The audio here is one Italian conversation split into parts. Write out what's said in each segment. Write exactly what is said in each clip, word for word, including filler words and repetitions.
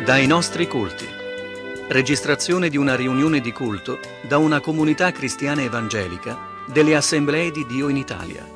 Dai nostri culti. Registrazione di una riunione di culto da una comunità cristiana evangelica delle Assemblee di Dio in Italia.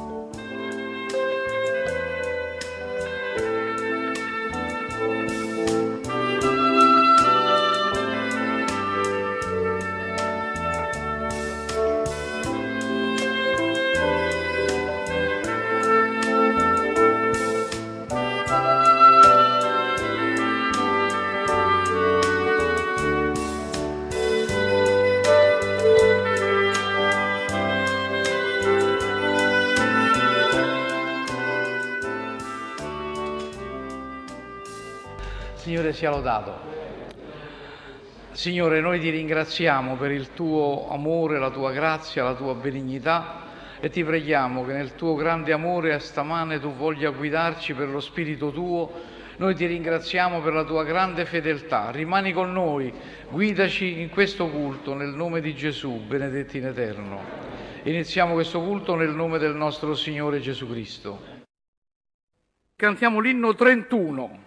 Signore sia lodato. Signore, noi ti ringraziamo per il tuo amore, la tua grazia, la tua benignità e ti preghiamo che nel tuo grande amore stamane tu voglia guidarci per lo Spirito tuo. Noi ti ringraziamo per la tua grande fedeltà. Rimani con noi, guidaci in questo culto nel nome di Gesù, benedetti in eterno. Iniziamo questo culto nel nome del nostro Signore Gesù Cristo. Cantiamo l'inno trentuno.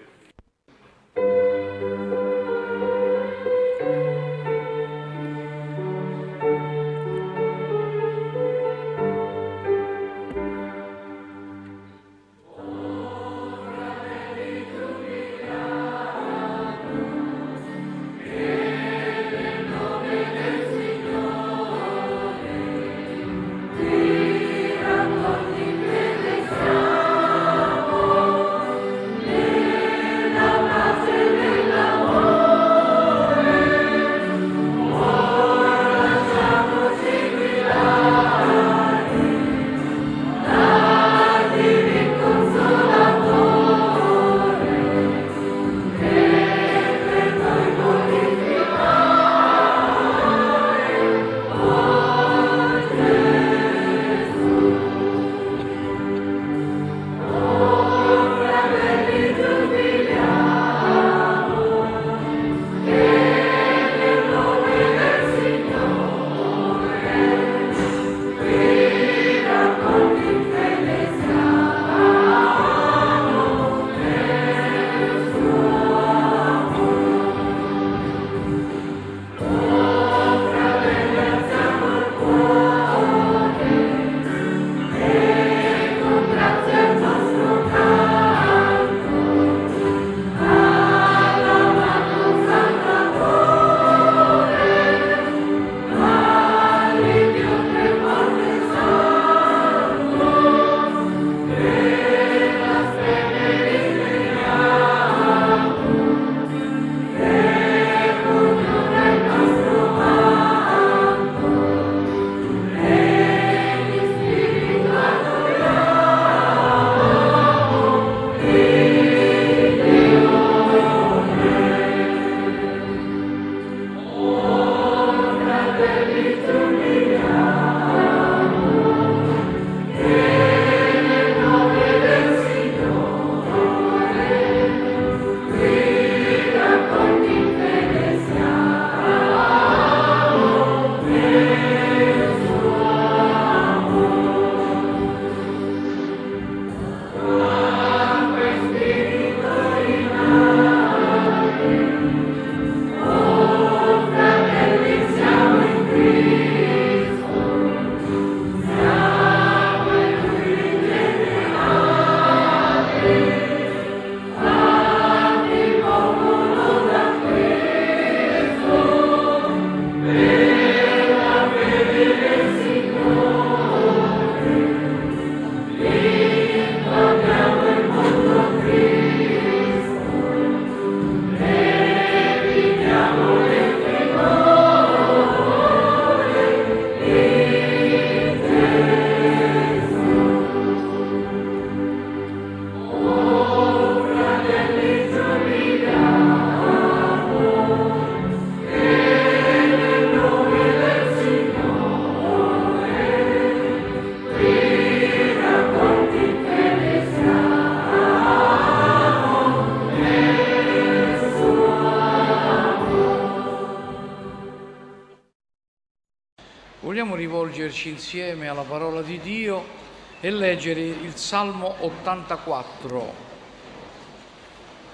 Vogliamo rivolgerci insieme alla parola di Dio e leggere il Salmo ottantaquattro.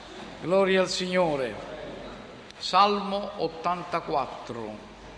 Gloria al Signore. Salmo ottantaquattro.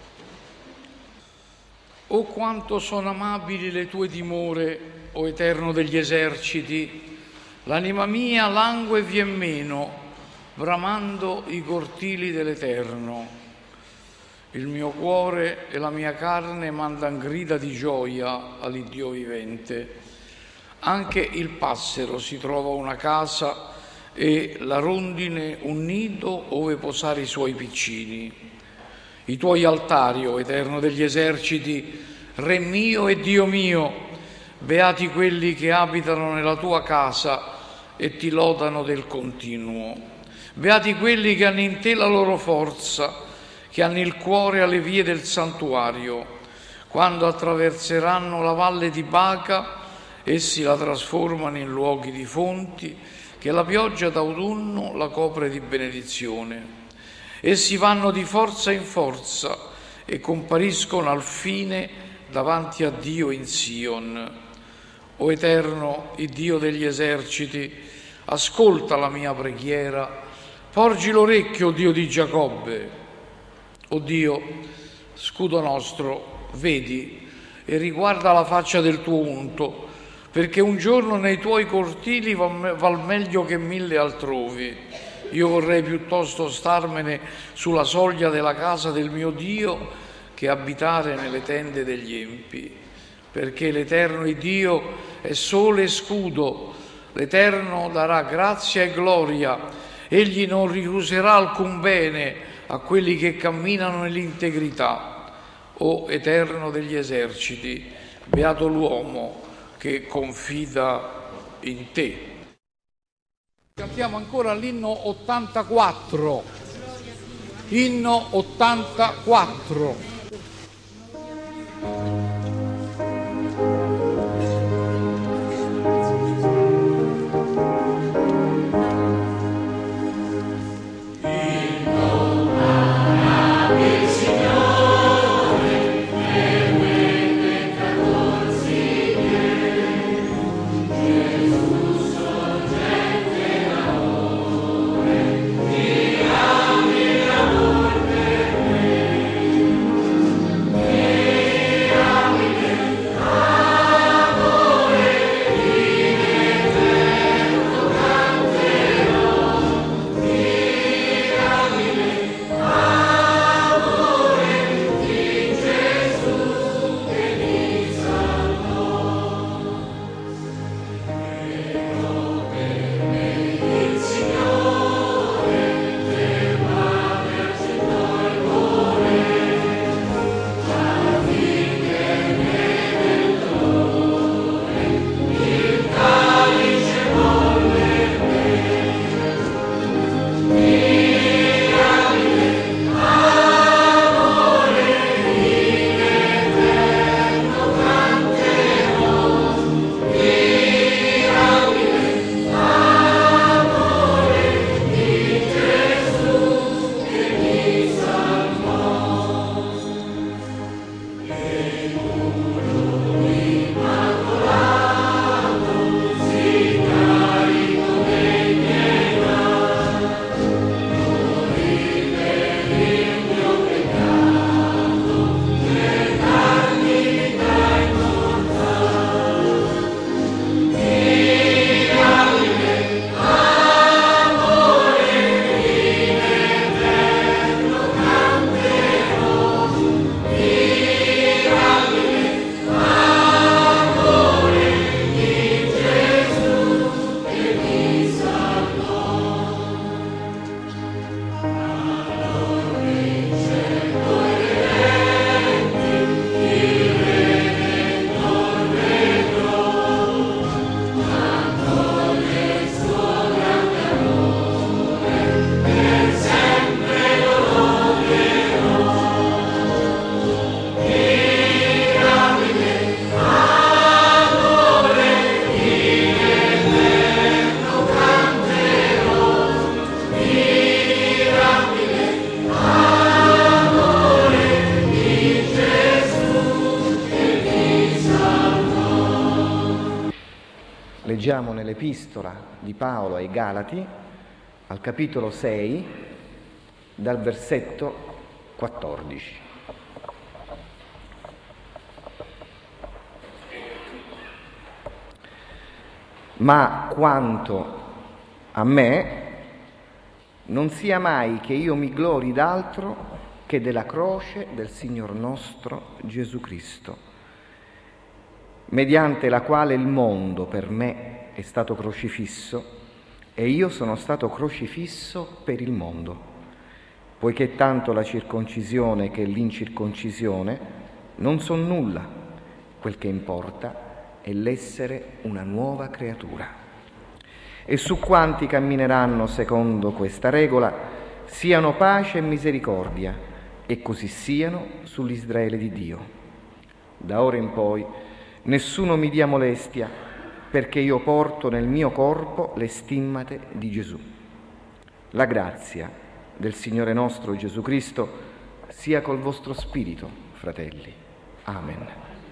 O quanto sono amabili le tue dimore, o Eterno degli eserciti, l'anima mia langue vien meno, bramando i cortili dell'Eterno. Il mio cuore e la mia carne mandan grida di gioia all'Iddio vivente. Anche il passero si trova una casa e la rondine un nido ove posare i suoi piccini. I tuoi altari, o Eterno degli eserciti, Re mio e Dio mio, beati quelli che abitano nella tua casa e ti lodano del continuo. Beati quelli che hanno in te la loro forza, che hanno il cuore alle vie del santuario. Quando attraverseranno la valle di Baca, essi la trasformano in luoghi di fonti, che la pioggia d'autunno la copre di benedizione. Essi vanno di forza in forza e compariscono al fine davanti a Dio in Sion. O Eterno, il Dio degli eserciti, ascolta la mia preghiera, porgi l'orecchio, Dio di Giacobbe. O Dio, scudo nostro, vedi e riguarda la faccia del tuo unto, perché un giorno nei tuoi cortili val meglio che mille altrove. Io vorrei piuttosto starmene sulla soglia della casa del mio Dio che abitare nelle tende degli empi, perché l'Eterno Dio è sole e scudo, l'Eterno darà grazia e gloria, egli non ricuserà alcun bene a quelli che camminano nell'integrità. O Eterno degli eserciti, beato l'uomo che confida in te. Cantiamo ancora l'inno ottantaquattro. Inno ottantaquattro. Leggiamo nell'Epistola di Paolo ai Galati, al capitolo sei, dal versetto quattordici. Ma quanto a me, non sia mai che io mi glori d'altro che della croce del Signor nostro Gesù Cristo, mediante la quale il mondo per me è stato crocifisso e io sono stato crocifisso per il mondo, poiché tanto la circoncisione che l'incirconcisione non son nulla, quel che importa è l'essere una nuova creatura. E su quanti cammineranno secondo questa regola siano pace e misericordia, e così siano sull'Israele di Dio. Da ora in poi nessuno mi dia molestia, perché io porto nel mio corpo le stimmate di Gesù. La grazia del Signore nostro Gesù Cristo sia col vostro spirito, fratelli. Amen.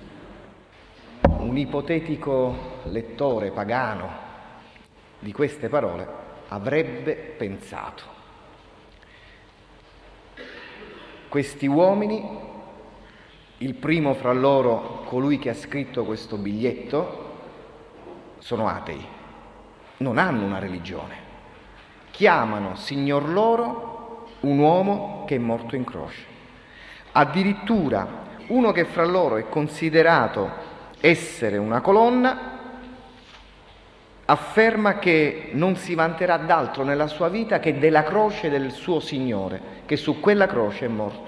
Un ipotetico lettore pagano di queste parole avrebbe pensato: questi uomini, il primo fra loro colui che ha scritto questo biglietto, sono atei, non hanno una religione, chiamano signor loro un uomo che è morto in croce. Addirittura uno che fra loro è considerato essere una colonna afferma che non si vanterà d'altro nella sua vita che della croce del suo Signore, che su quella croce è morto.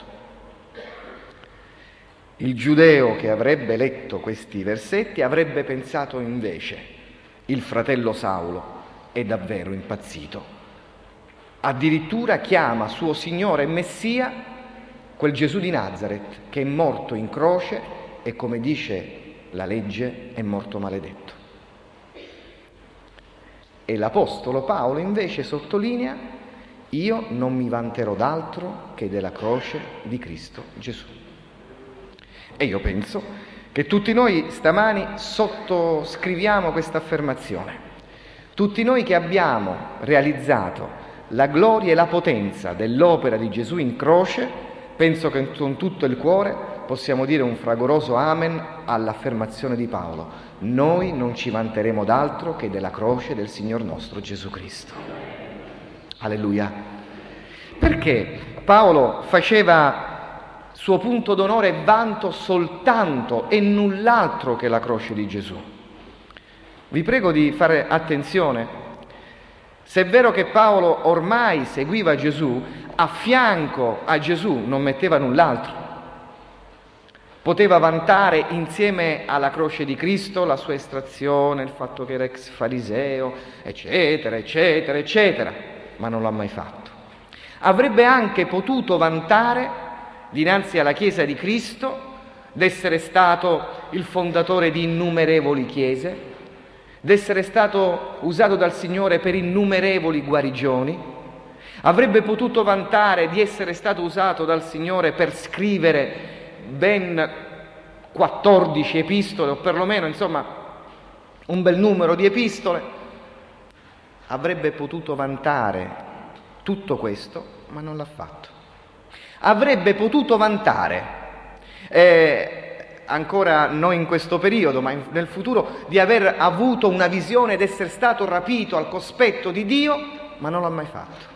Il giudeo che avrebbe letto questi versetti avrebbe pensato invece: il fratello Saulo è davvero impazzito. Addirittura chiama suo Signore e Messia quel Gesù di Nazaret che è morto in croce e, come dice la legge, è morto maledetto. E l'Apostolo Paolo invece sottolinea: io non mi vanterò d'altro che della croce di Cristo Gesù. E io penso che tutti noi stamani sottoscriviamo questa affermazione. Tutti noi che abbiamo realizzato la gloria e la potenza dell'opera di Gesù in croce, penso che con tutto il cuore possiamo dire un fragoroso amen all'affermazione di Paolo: noi non ci vanteremo d'altro che della croce del Signor nostro Gesù Cristo. Alleluia. Perché Paolo faceva suo punto d'onore e vanto soltanto e null'altro che la croce di Gesù? Vi prego di fare attenzione. Se è vero che Paolo ormai seguiva Gesù, a fianco a Gesù non metteva null'altro. Poteva vantare insieme alla croce di Cristo la sua estrazione, il fatto che era ex fariseo, eccetera, eccetera, eccetera, ma non l'ha mai fatto. Avrebbe anche potuto vantare dinanzi alla Chiesa di Cristo d'essere stato il fondatore di innumerevoli chiese, d'essere stato usato dal Signore per innumerevoli guarigioni. Avrebbe potuto vantare di essere stato usato dal Signore per scrivere ben quattordici epistole, o perlomeno, insomma, un bel numero di epistole. Avrebbe potuto vantare tutto questo, ma non l'ha fatto. Avrebbe potuto vantare, eh, ancora non in questo periodo, ma in, nel futuro, di aver avuto una visione ed essere stato rapito al cospetto di Dio, ma non l'ha mai fatto.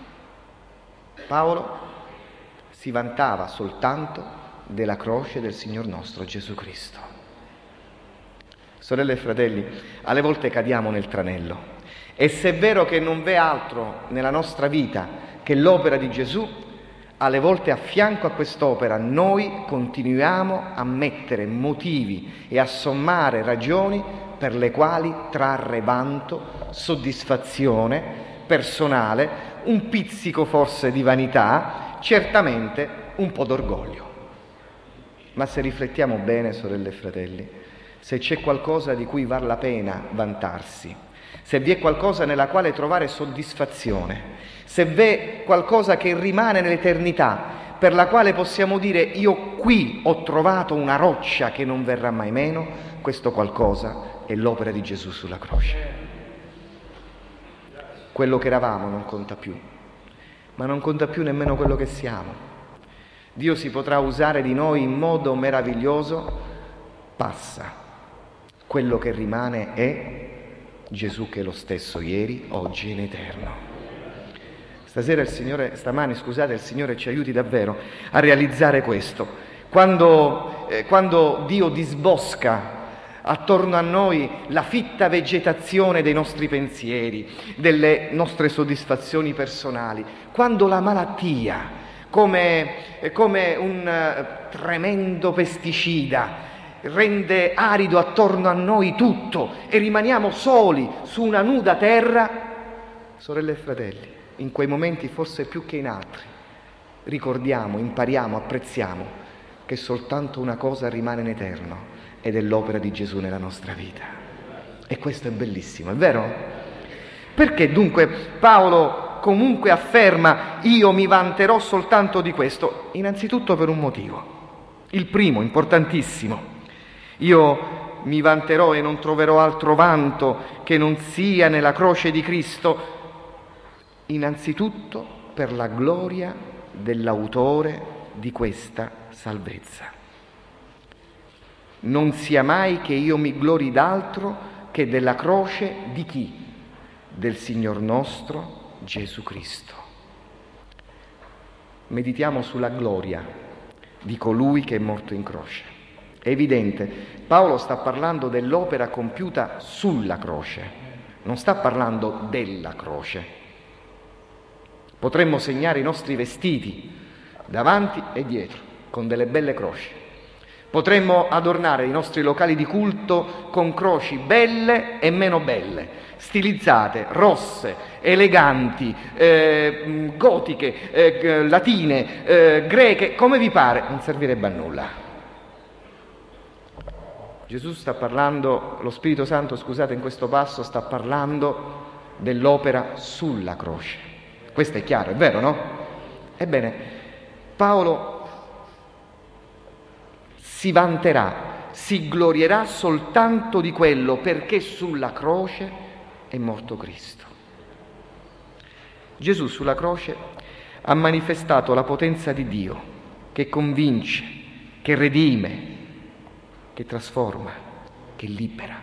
Paolo si vantava soltanto della croce del Signor nostro Gesù Cristo. Sorelle e fratelli, alle volte cadiamo nel tranello, e se è vero che non v'è altro nella nostra vita che l'opera di Gesù, alle volte a fianco a quest'opera noi continuiamo a mettere motivi e a sommare ragioni per le quali trarre vanto, soddisfazione personale, un pizzico forse di vanità, certamente un po' d'orgoglio. Ma se riflettiamo bene, sorelle e fratelli, se c'è qualcosa di cui vale la pena vantarsi, se vi è qualcosa nella quale trovare soddisfazione, se v'è qualcosa che rimane nell'eternità, per la quale possiamo dire: io qui ho trovato una roccia che non verrà mai meno, questo qualcosa è l'opera di Gesù sulla croce. quello che eravamo non conta più, ma non conta più nemmeno quello che siamo. Dio si potrà usare di noi in modo meraviglioso, passa. Quello che rimane è Gesù che è lo stesso ieri, oggi e in eterno. Stasera il Signore, stamani scusate, il Signore ci aiuti davvero a realizzare questo. Quando, eh, quando Dio disbosca attorno a noi la fitta vegetazione dei nostri pensieri, delle nostre soddisfazioni personali, quando la malattia, come, come un uh, tremendo pesticida, rende arido attorno a noi tutto e rimaniamo soli su una nuda terra, sorelle e fratelli, in quei momenti forse più che in altri, ricordiamo, impariamo, apprezziamo che soltanto una cosa rimane in eterno, ed è l'opera di Gesù nella nostra vita. E questo è bellissimo, è vero? Perché dunque Paolo comunque afferma io mi vanterò soltanto di questo? Innanzitutto per un motivo. Il primo, importantissimo. Io mi vanterò e non troverò altro vanto che non sia nella croce di Cristo, innanzitutto per la gloria dell'autore di questa salvezza. Non sia mai che io mi glori d'altro che della croce di chi? Del Signor nostro Gesù Cristo. Meditiamo sulla gloria di colui che è morto in croce. È evidente, Paolo sta parlando dell'opera compiuta sulla croce, non sta parlando della croce. Potremmo segnare i nostri vestiti davanti e dietro con delle belle croci. Potremmo adornare i nostri locali di culto con croci belle e meno belle, stilizzate, rosse, eleganti, eh, gotiche, eh, latine, eh, greche, come vi pare, non servirebbe a nulla. Gesù sta parlando, lo Spirito Santo, scusate, in questo passo sta parlando dell'opera sulla croce. Questo è chiaro, è vero, no? Ebbene, Paolo si vanterà, si glorierà soltanto di quello perché sulla croce è morto Cristo. Gesù sulla croce ha manifestato la potenza di Dio che convince, che redime, che trasforma, che libera.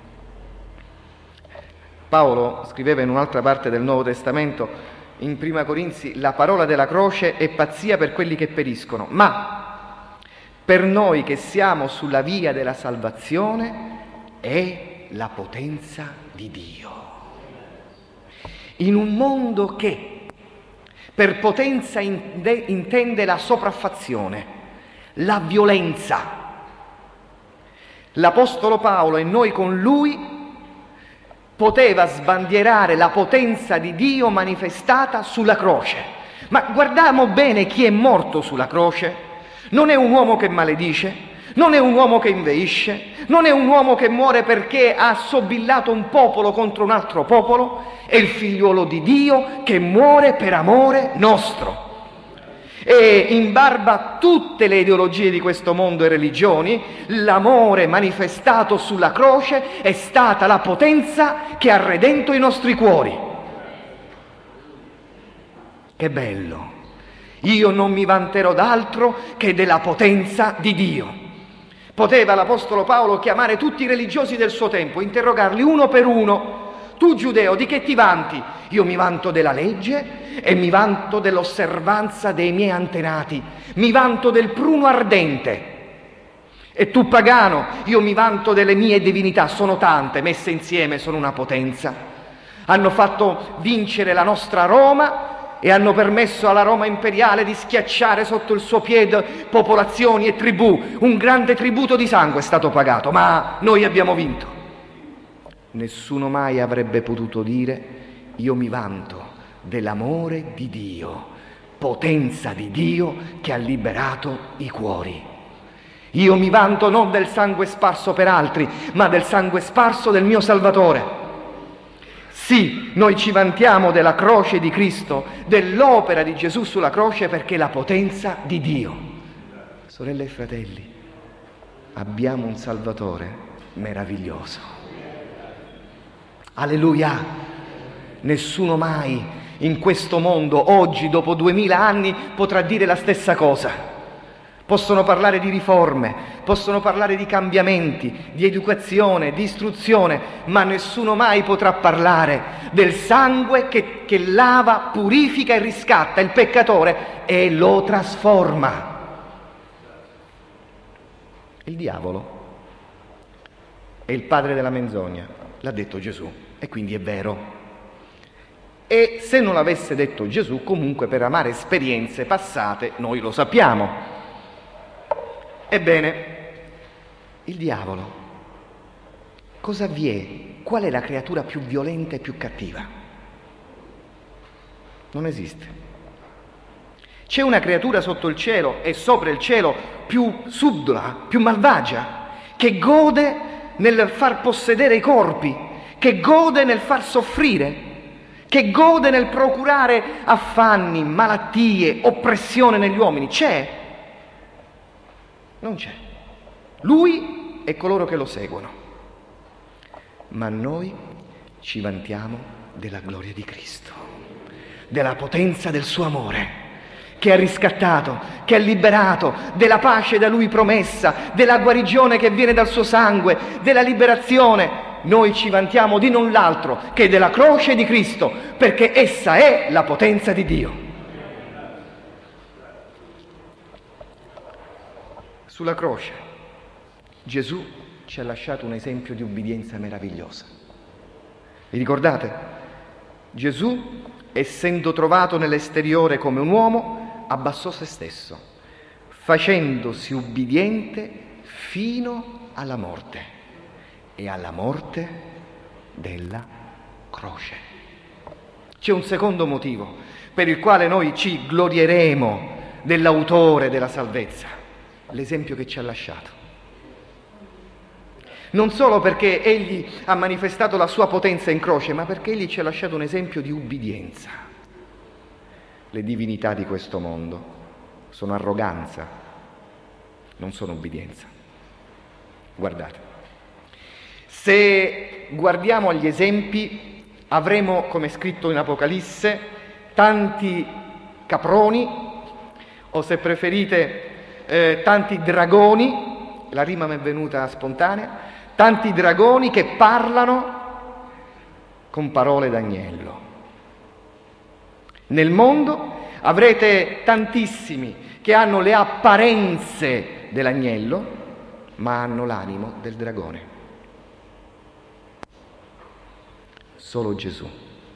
Paolo scriveva in un'altra parte del Nuovo Testamento, in Prima Corinzi, la parola della croce è pazzia per quelli che periscono, ma per noi che siamo sulla via della salvazione è la potenza di Dio. In un mondo che per potenza intende la sopraffazione, la violenza, l'Apostolo Paolo e noi con lui poteva sbandierare la potenza di Dio manifestata sulla croce. Ma guardiamo bene chi è morto sulla croce. Non è un uomo che maledice, non è un uomo che inveisce, non è un uomo che muore perché ha sobillato un popolo contro un altro popolo, è il figliuolo di Dio che muore per amore nostro. E in barba a tutte le ideologie di questo mondo e religioni, l'amore manifestato sulla croce è stata la potenza che ha redento i nostri cuori. Che bello! Io non mi vanterò d'altro che della potenza di Dio. Poteva l'Apostolo Paolo chiamare tutti i religiosi del suo tempo, interrogarli uno per uno. Tu giudeo, di che ti vanti? Io mi vanto della legge e mi vanto dell'osservanza dei miei antenati, mi vanto del pruno ardente. E tu pagano, io mi vanto delle mie divinità, sono tante, messe insieme sono una potenza. Hanno fatto vincere la nostra Roma e hanno permesso alla Roma imperiale di schiacciare sotto il suo piede popolazioni e tribù. Un grande tributo di sangue è stato pagato, ma noi abbiamo vinto. Nessuno mai avrebbe potuto dire io mi vanto dell'amore di Dio, potenza di Dio che ha liberato i cuori. Io mi vanto non del sangue sparso per altri, ma del sangue sparso del mio Salvatore. Sì, noi ci vantiamo della croce di Cristo, dell'opera di Gesù sulla croce perché è la potenza di Dio. Sorelle e fratelli, abbiamo un Salvatore meraviglioso. Alleluia! Nessuno mai in questo mondo, oggi, dopo duemila anni, potrà dire la stessa cosa. Possono parlare di riforme, possono parlare di cambiamenti, di educazione, di istruzione, ma nessuno mai potrà parlare del sangue che, che lava, purifica e riscatta il peccatore e lo trasforma. Il diavolo è il padre della menzogna, l'ha detto Gesù, e quindi è vero. E se non l'avesse detto Gesù, comunque per amare esperienze passate noi lo sappiamo. Ebbene, il diavolo, cosa vi è? Qual è la creatura più violenta e più cattiva? Non esiste. C'è una creatura sotto il cielo e sopra il cielo più subdola, più malvagia, che gode nel far possedere i corpi, che gode nel far soffrire, che gode nel procurare affanni, malattie, oppressione negli uomini. C'è? Non c'è. Lui e coloro che lo seguono. Ma noi ci vantiamo della gloria di Cristo, della potenza del suo amore, che ha riscattato, che ha liberato, della pace da Lui promessa, della guarigione che viene dal suo sangue, della liberazione. Noi ci vantiamo di null'altro che della croce di Cristo, perché essa è la potenza di Dio. Sulla croce Gesù ci ha lasciato un esempio di ubbidienza meravigliosa. Vi ricordate? Gesù, essendo trovato nell'esteriore come un uomo, abbassò se stesso, facendosi ubbidiente fino alla morte, e alla morte della croce. C'è un secondo motivo per il quale noi ci glorieremo dell'autore della salvezza, l'esempio che ci ha lasciato. Non solo perché egli ha manifestato la sua potenza in croce, ma perché egli ci ha lasciato un esempio di ubbidienza. Le divinità di questo mondo sono arroganza, non sono ubbidienza. Guardate, se guardiamo agli esempi, avremo, come scritto in Apocalisse, tanti caproni, o se preferite eh, tanti dragoni, la rima mi è venuta spontanea, tanti dragoni che parlano con parole d'agnello. Nel mondo avrete tantissimi che hanno le apparenze dell'agnello, ma hanno l'animo del dragone. Solo Gesù,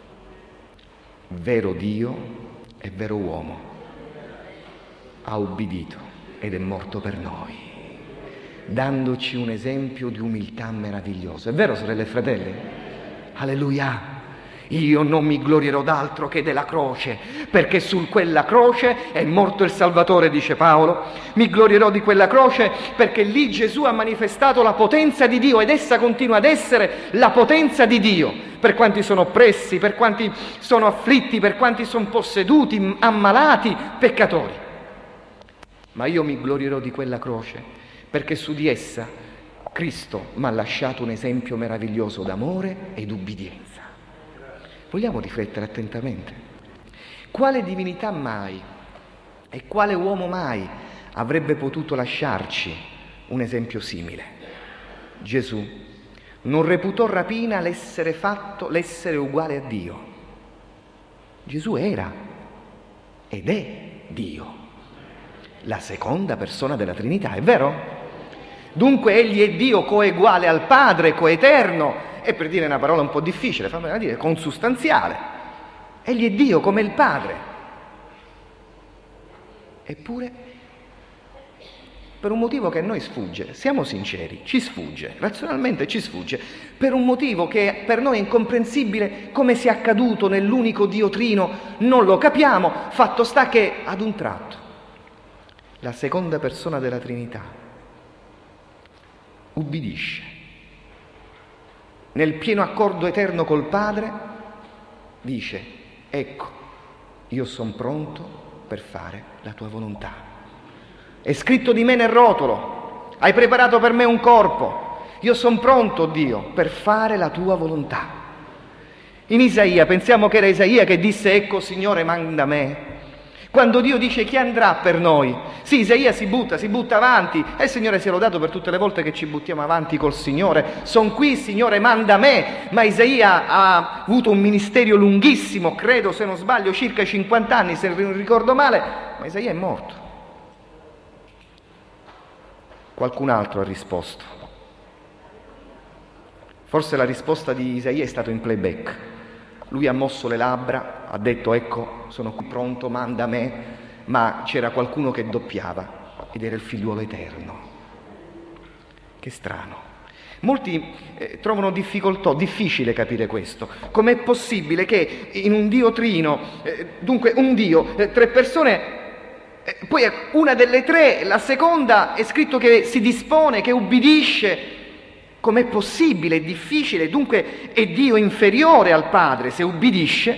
vero Dio e vero uomo, ha ubbidito ed è morto per noi, dandoci un esempio di umiltà meraviglioso. È vero, sorelle e fratelli? Alleluia! Io non mi glorierò d'altro che della croce, perché su quella croce è morto il Salvatore, dice Paolo. Mi glorierò di quella croce perché lì Gesù ha manifestato la potenza di Dio, ed essa continua ad essere la potenza di Dio, per quanti sono oppressi, per quanti sono afflitti, per quanti sono posseduti, ammalati, peccatori. Ma io mi glorierò di quella croce perché su di essa Cristo mi ha lasciato un esempio meraviglioso d'amore ed ubbidienza. Vogliamo riflettere attentamente. Quale divinità mai e quale uomo mai avrebbe potuto lasciarci un esempio simile? Gesù non reputò rapina l'essere fatto, l'essere uguale a Dio. Gesù era ed è Dio, la seconda persona della Trinità, è vero? Dunque egli è Dio coeguale al Padre, coeterno, e per dire una parola un po' difficile, fammela dire, consustanziale. Egli è Dio come il Padre. Eppure, per un motivo che a noi sfugge, siamo sinceri, ci sfugge, razionalmente ci sfugge, per un motivo che per noi è incomprensibile, come sia accaduto nell'unico Dio Trino, non lo capiamo, fatto sta che ad un tratto la seconda persona della Trinità ubbidisce. Nel pieno accordo eterno col Padre dice: ecco, io sono pronto per fare la tua volontà. È scritto di me nel rotolo, hai preparato per me un corpo, io sono pronto, Dio, per fare la tua volontà. In Isaia, pensiamo che era Isaia che disse ecco Signore manda me. Quando Dio dice chi andrà per noi? Sì, Isaia si butta, si butta avanti e il Signore sia lodato per tutte le volte che ci buttiamo avanti col Signore. Son qui, Signore, manda me. Ma Isaia ha avuto un ministero lunghissimo, credo, se non sbaglio, circa cinquanta anni, se non ricordo male, ma Isaia è morto. Qualcun altro ha risposto. Forse la risposta di Isaia è stata in playback. Lui ha mosso le labbra, ha detto ecco, sono qui pronto, manda me, ma c'era qualcuno che doppiava ed era il figliuolo eterno. Che strano. Molti eh, trovano difficoltà, difficile capire questo. Com'è possibile che in un Dio trino, eh, dunque un Dio, eh, tre persone, eh, poi una delle tre, la seconda, è scritto che si dispone, che ubbidisce. Com'è possibile? È difficile, dunque è Dio inferiore al Padre se ubbidisce.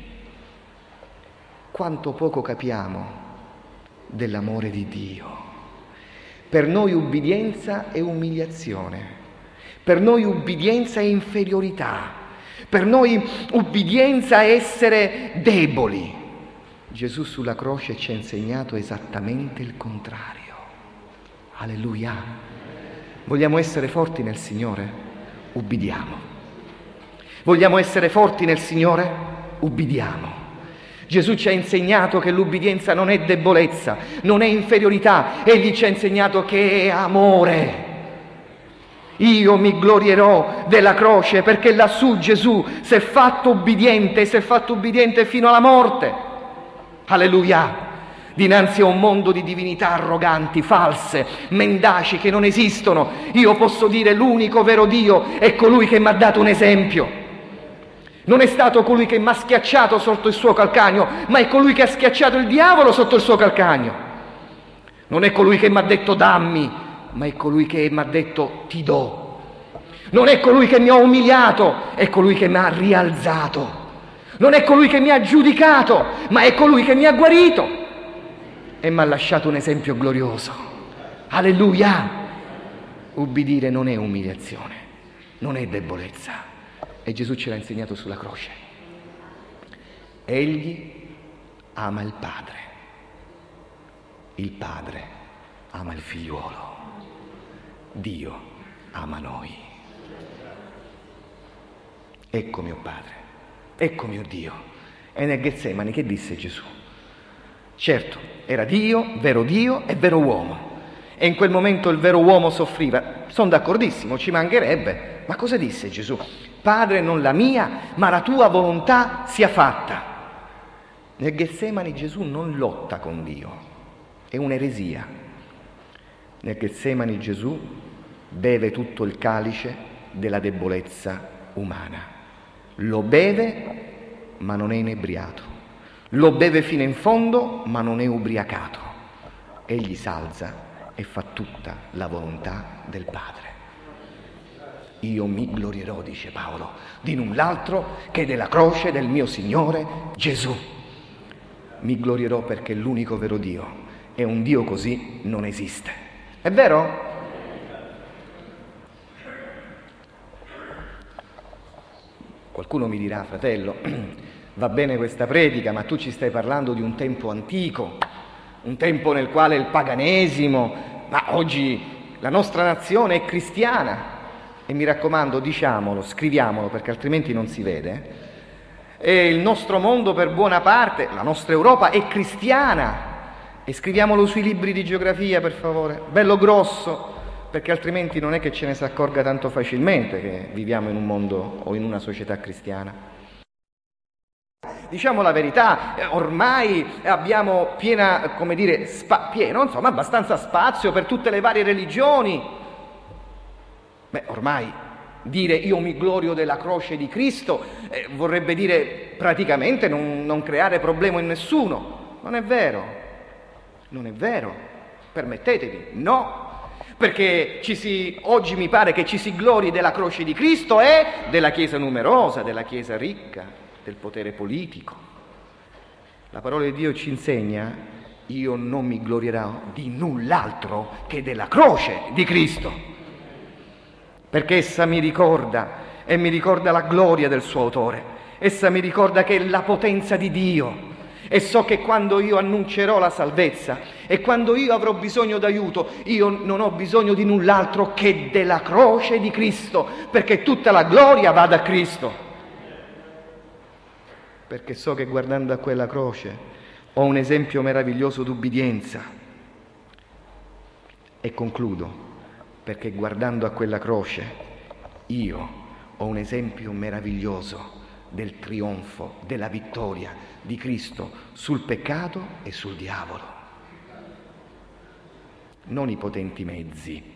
Quanto poco capiamo dell'amore di Dio. Per noi ubbidienza è umiliazione, per noi ubbidienza è inferiorità, per noi ubbidienza è essere deboli. Gesù sulla croce ci ha insegnato esattamente il contrario. Alleluia. Vogliamo essere forti nel Signore? Ubbidiamo. Vogliamo essere forti nel Signore? Ubbidiamo. Gesù ci ha insegnato che l'ubbidienza non è debolezza, non è inferiorità. Egli ci ha insegnato che è amore. Io mi glorierò della croce perché lassù Gesù si è fatto ubbidiente, si è fatto ubbidiente fino alla morte. Alleluia. Dinanzi a un mondo di divinità arroganti, false, mendaci che non esistono, io posso dire l'unico vero Dio è colui che mi ha dato un esempio. Non è stato colui che mi ha schiacciato sotto il suo calcagno, ma è colui che ha schiacciato il diavolo sotto il suo calcagno. Non è colui che mi ha detto dammi, ma è colui che mi ha detto ti do. Non è colui che mi ha umiliato, è colui che mi ha rialzato. Non è colui che mi ha giudicato, ma è colui che mi ha guarito. E mi ha lasciato un esempio glorioso. Alleluia! Ubbidire non è umiliazione, non è debolezza. E Gesù ce l'ha insegnato sulla croce. Egli ama il Padre. Il Padre ama il figliuolo. Dio ama noi. Ecco mio Padre, ecco mio Dio. E nel Getsemani che disse Gesù? Certo, era Dio, vero Dio e vero uomo. E in quel momento il vero uomo soffriva. Sono d'accordissimo, ci mancherebbe. Ma cosa disse Gesù? Padre, non la mia, ma la tua volontà sia fatta. Nel Getsemani Gesù non lotta con Dio. È un'eresia. Nel Getsemani Gesù beve tutto il calice della debolezza umana. Lo beve, ma non è inebriato. Lo beve fino in fondo, ma non è ubriacato. Egli s'alza e fa tutta la volontà del Padre. Io mi glorierò, dice Paolo, di null'altro che della croce del mio Signore Gesù. Mi glorierò perché l'unico vero Dio e un Dio così non esiste. È vero? Qualcuno mi dirà, fratello, va bene questa predica, ma tu ci stai parlando di un tempo antico, un tempo nel quale il paganesimo, ma oggi la nostra nazione è cristiana. E mi raccomando, diciamolo, scriviamolo, perché altrimenti non si vede. E il nostro mondo per buona parte, la nostra Europa è cristiana. E scriviamolo sui libri di geografia, per favore, bello grosso, perché altrimenti non è che ce ne si accorga tanto facilmente che viviamo in un mondo o in una società cristiana. Diciamo la verità, ormai abbiamo piena, come dire, spa, pieno, insomma, abbastanza spazio per tutte le varie religioni. Beh, ormai dire io mi glorio della croce di Cristo eh, vorrebbe dire praticamente non, non creare problema in nessuno. Non è vero, non è vero, permettetevi, no. Perché ci si, oggi mi pare che ci si glori della croce di Cristo e della Chiesa numerosa, della Chiesa ricca, del potere politico. La parola di Dio ci insegna: io non mi glorierò di null'altro che della croce di Cristo, perché essa mi ricorda e mi ricorda la gloria del suo autore. essa mi ricorda che è la potenza di Dio. E so che quando io annuncerò la salvezza e quando io avrò bisogno d'aiuto, io non ho bisogno di null'altro che della croce di Cristo, perché tutta la gloria va da Cristo. Perché so che guardando a quella croce ho un esempio meraviglioso d'ubbidienza. E concludo, perché guardando a quella croce io ho un esempio meraviglioso del trionfo, della vittoria di Cristo sul peccato e sul diavolo. Non i potenti mezzi.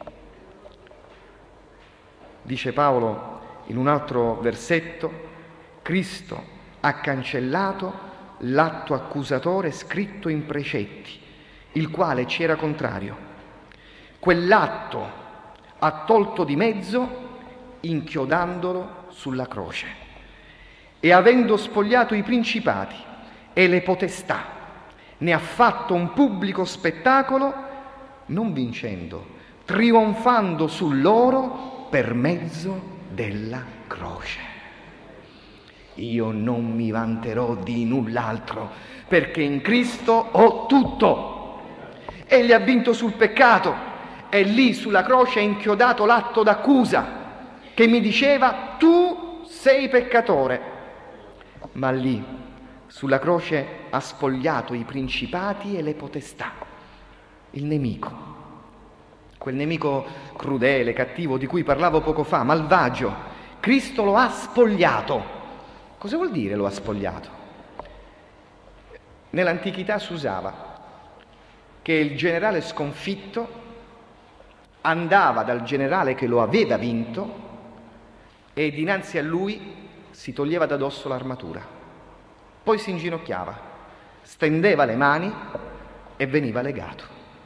Dice Paolo in un altro versetto, Cristo ha cancellato l'atto accusatore scritto in precetti, il quale ci era contrario. Quell'atto ha tolto di mezzo inchiodandolo sulla croce. E avendo spogliato i principati e le potestà, ne ha fatto un pubblico spettacolo, non vincendo, trionfando su loro per mezzo della croce. Io non mi vanterò di null'altro, perché in Cristo ho tutto. Egli ha vinto sul peccato e lì sulla croce ha inchiodato l'atto d'accusa che mi diceva tu sei peccatore. Ma lì, sulla croce, ha spogliato i principati e le potestà, il nemico, quel nemico crudele, cattivo, di cui parlavo poco fa, malvagio. Cristo lo ha spogliato. Cosa vuol dire lo ha spogliato? Nell'antichità si usava che il generale sconfitto andava dal generale che lo aveva vinto e dinanzi a lui si toglieva da dosso l'armatura, poi si inginocchiava, stendeva le mani e veniva legato.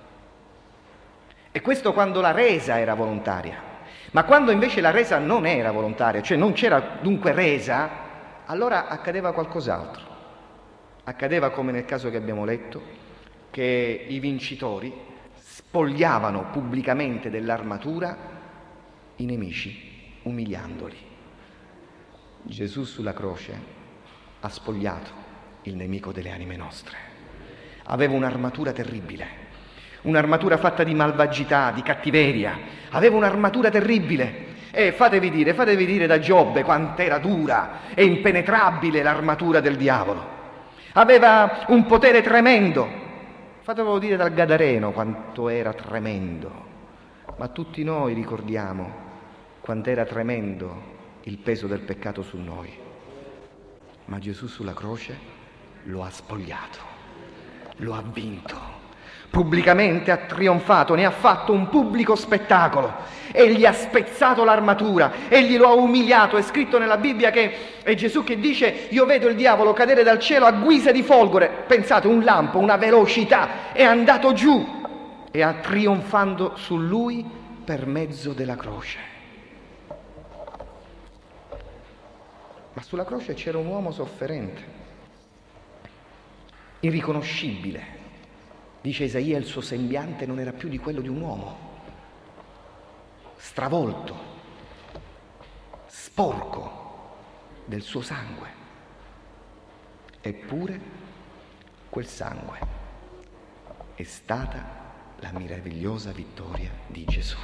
E questo quando la resa era volontaria. Ma quando invece la resa non era volontaria, cioè non c'era dunque resa, allora accadeva qualcos'altro. Accadeva, come nel caso che abbiamo letto, che i vincitori spogliavano pubblicamente dell'armatura i nemici, umiliandoli. Gesù sulla croce ha spogliato il nemico delle anime nostre. Aveva un'armatura terribile, un'armatura fatta di malvagità, di cattiveria, aveva un'armatura terribile. E fatevi dire, fatevi dire da Giobbe quant'era dura e impenetrabile l'armatura del diavolo. Aveva un potere tremendo, fatevelo dire dal Gadareno quanto era tremendo. Ma tutti noi ricordiamo quant'era tremendo il peso del peccato su noi. Ma Gesù sulla croce lo ha spogliato, lo ha vinto, pubblicamente ha trionfato, ne ha fatto un pubblico spettacolo e gli ha spezzato l'armatura, egli lo ha umiliato. È scritto nella Bibbia che è Gesù che dice: io vedo il diavolo cadere dal cielo a guisa di folgore. Pensate, un lampo, una velocità, è andato giù e ha trionfando su lui per mezzo della croce. Ma sulla croce c'era un uomo sofferente, irriconoscibile. Dice Isaia, il suo sembiante non era più di quello di un uomo, stravolto, sporco del suo sangue. Eppure quel sangue è stata la meravigliosa vittoria di Gesù.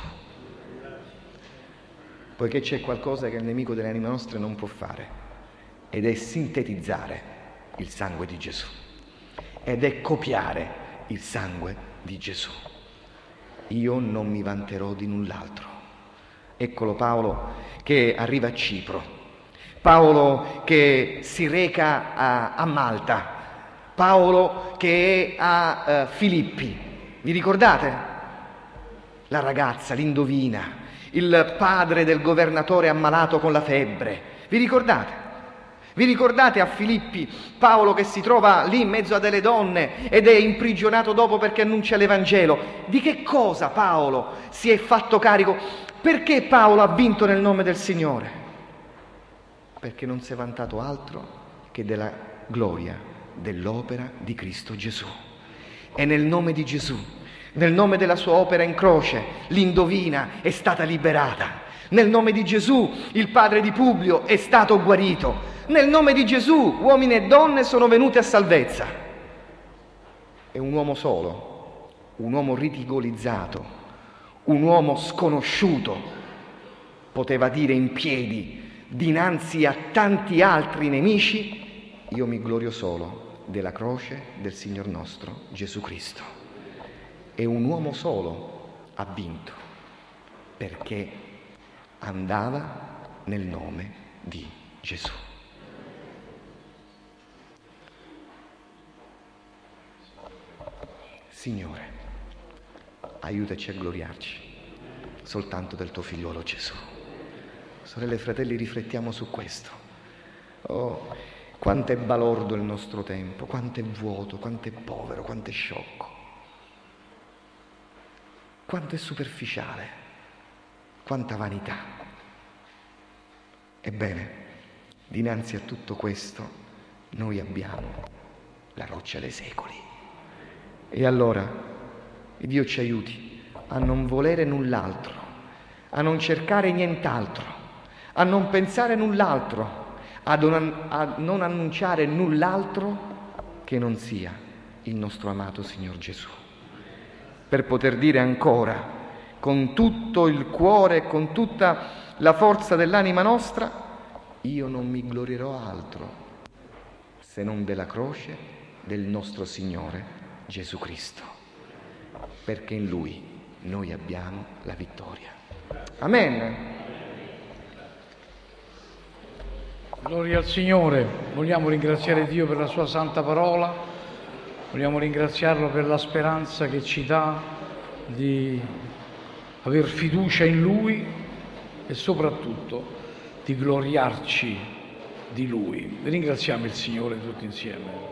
Poiché c'è qualcosa che il nemico delle anime nostre non può fare, ed è sintetizzare il sangue di Gesù, ed è copiare il sangue di Gesù. Io non mi vanterò di null'altro. Eccolo Paolo che arriva a Cipro, Paolo che si reca a, a Malta, Paolo che è a uh, Filippi. Vi ricordate? La ragazza, l'indovina, il padre del governatore ammalato con la febbre. Vi ricordate? Vi ricordate a Filippi Paolo che si trova lì in mezzo a delle donne ed è imprigionato dopo perché annuncia l'Evangelo? Di che cosa Paolo si è fatto carico? Perché Paolo ha vinto nel nome del Signore? Perché non si è vantato altro che della gloria dell'opera di Cristo Gesù. E nel nome di Gesù Nel nome della sua opera in croce, l'indovina è stata liberata. Nel nome di Gesù, il padre di Publio è stato guarito. Nel nome di Gesù, uomini e donne sono venuti a salvezza. È un uomo solo, un uomo ridicolizzato, un uomo sconosciuto, poteva dire in piedi, dinanzi a tanti altri nemici: io mi glorio solo della croce del Signor nostro Gesù Cristo. E un uomo solo ha vinto, perché andava nel nome di Gesù. Signore, aiutaci a gloriarci soltanto del tuo figliuolo Gesù. Sorelle e fratelli, riflettiamo su questo. Oh, quanto è balordo il nostro tempo, quanto è vuoto, quanto è povero, quanto è sciocco, quanto è superficiale, quanta vanità. Ebbene, dinanzi a tutto questo noi abbiamo la roccia dei secoli. E allora Dio ci aiuti a non volere null'altro, a non cercare nient'altro, a non pensare null'altro, a non, a non annunciare null'altro che non sia il nostro amato Signor Gesù, per poter dire ancora con tutto il cuore, con tutta la forza dell'anima nostra: io non mi glorierò altro se non della croce del nostro Signore Gesù Cristo, perché in Lui noi abbiamo la vittoria. Amen. Gloria al Signore. Vogliamo ringraziare Dio per la sua santa parola, vogliamo ringraziarlo per la speranza che ci dà di aver fiducia in Lui e soprattutto di gloriarci di Lui. Ringraziamo il Signore tutti insieme.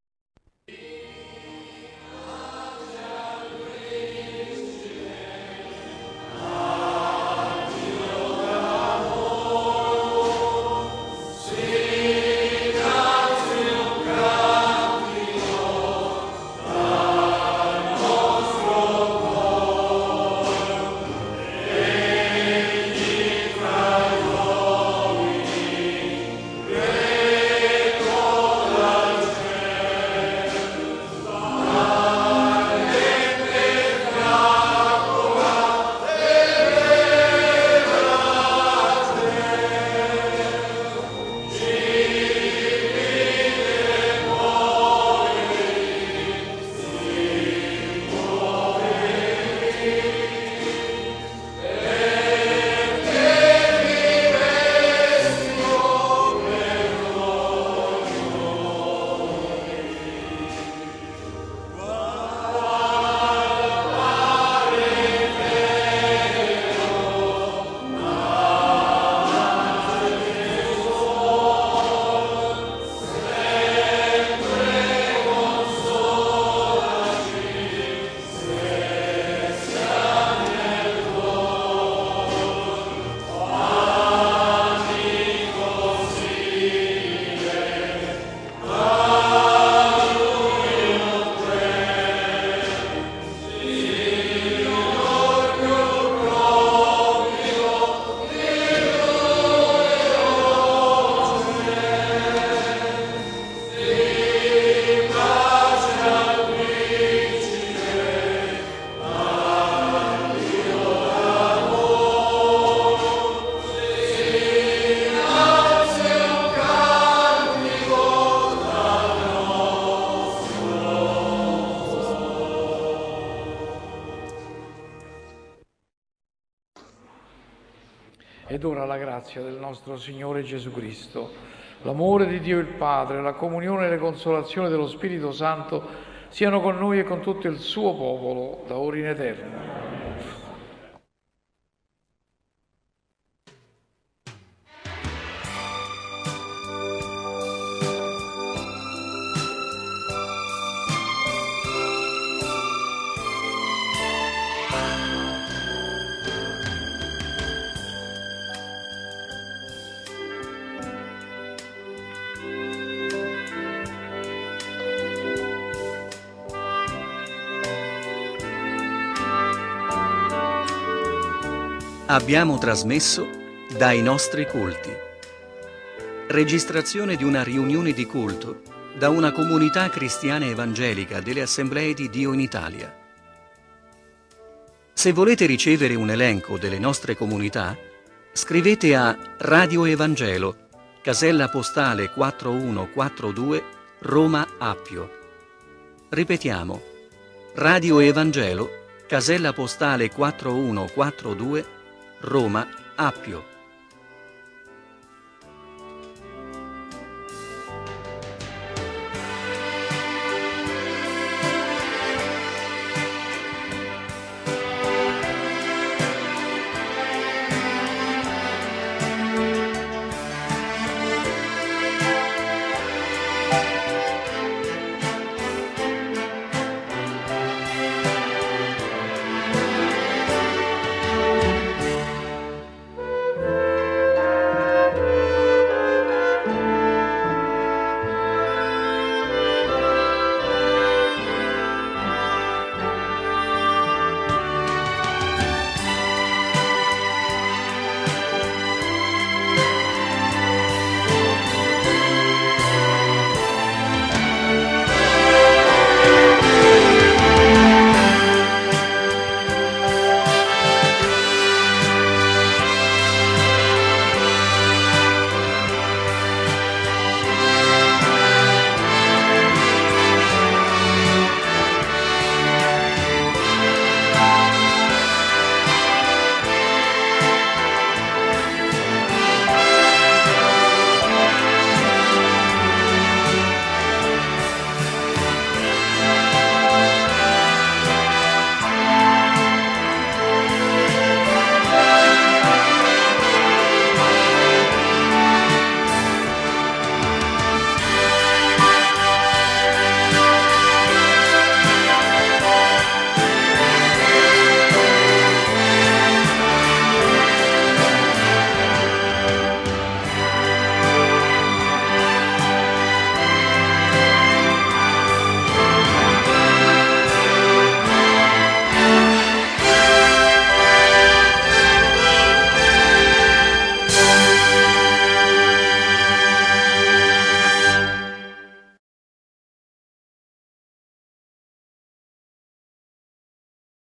Ed ora la grazia del nostro Signore Gesù Cristo, l'amore di Dio il Padre, la comunione e le consolazioni dello Spirito Santo siano con noi e con tutto il suo popolo, da ora in eterno. Abbiamo trasmesso dai nostri culti. Registrazione di una riunione di culto da una comunità cristiana evangelica delle Assemblee di Dio in Italia. Se volete ricevere un elenco delle nostre comunità, scrivete a Radio Evangelo, casella postale quattro uno quattro due, Roma Appio. Ripetiamo, Radio Evangelo, casella postale quattro uno quattro due, Roma Appio.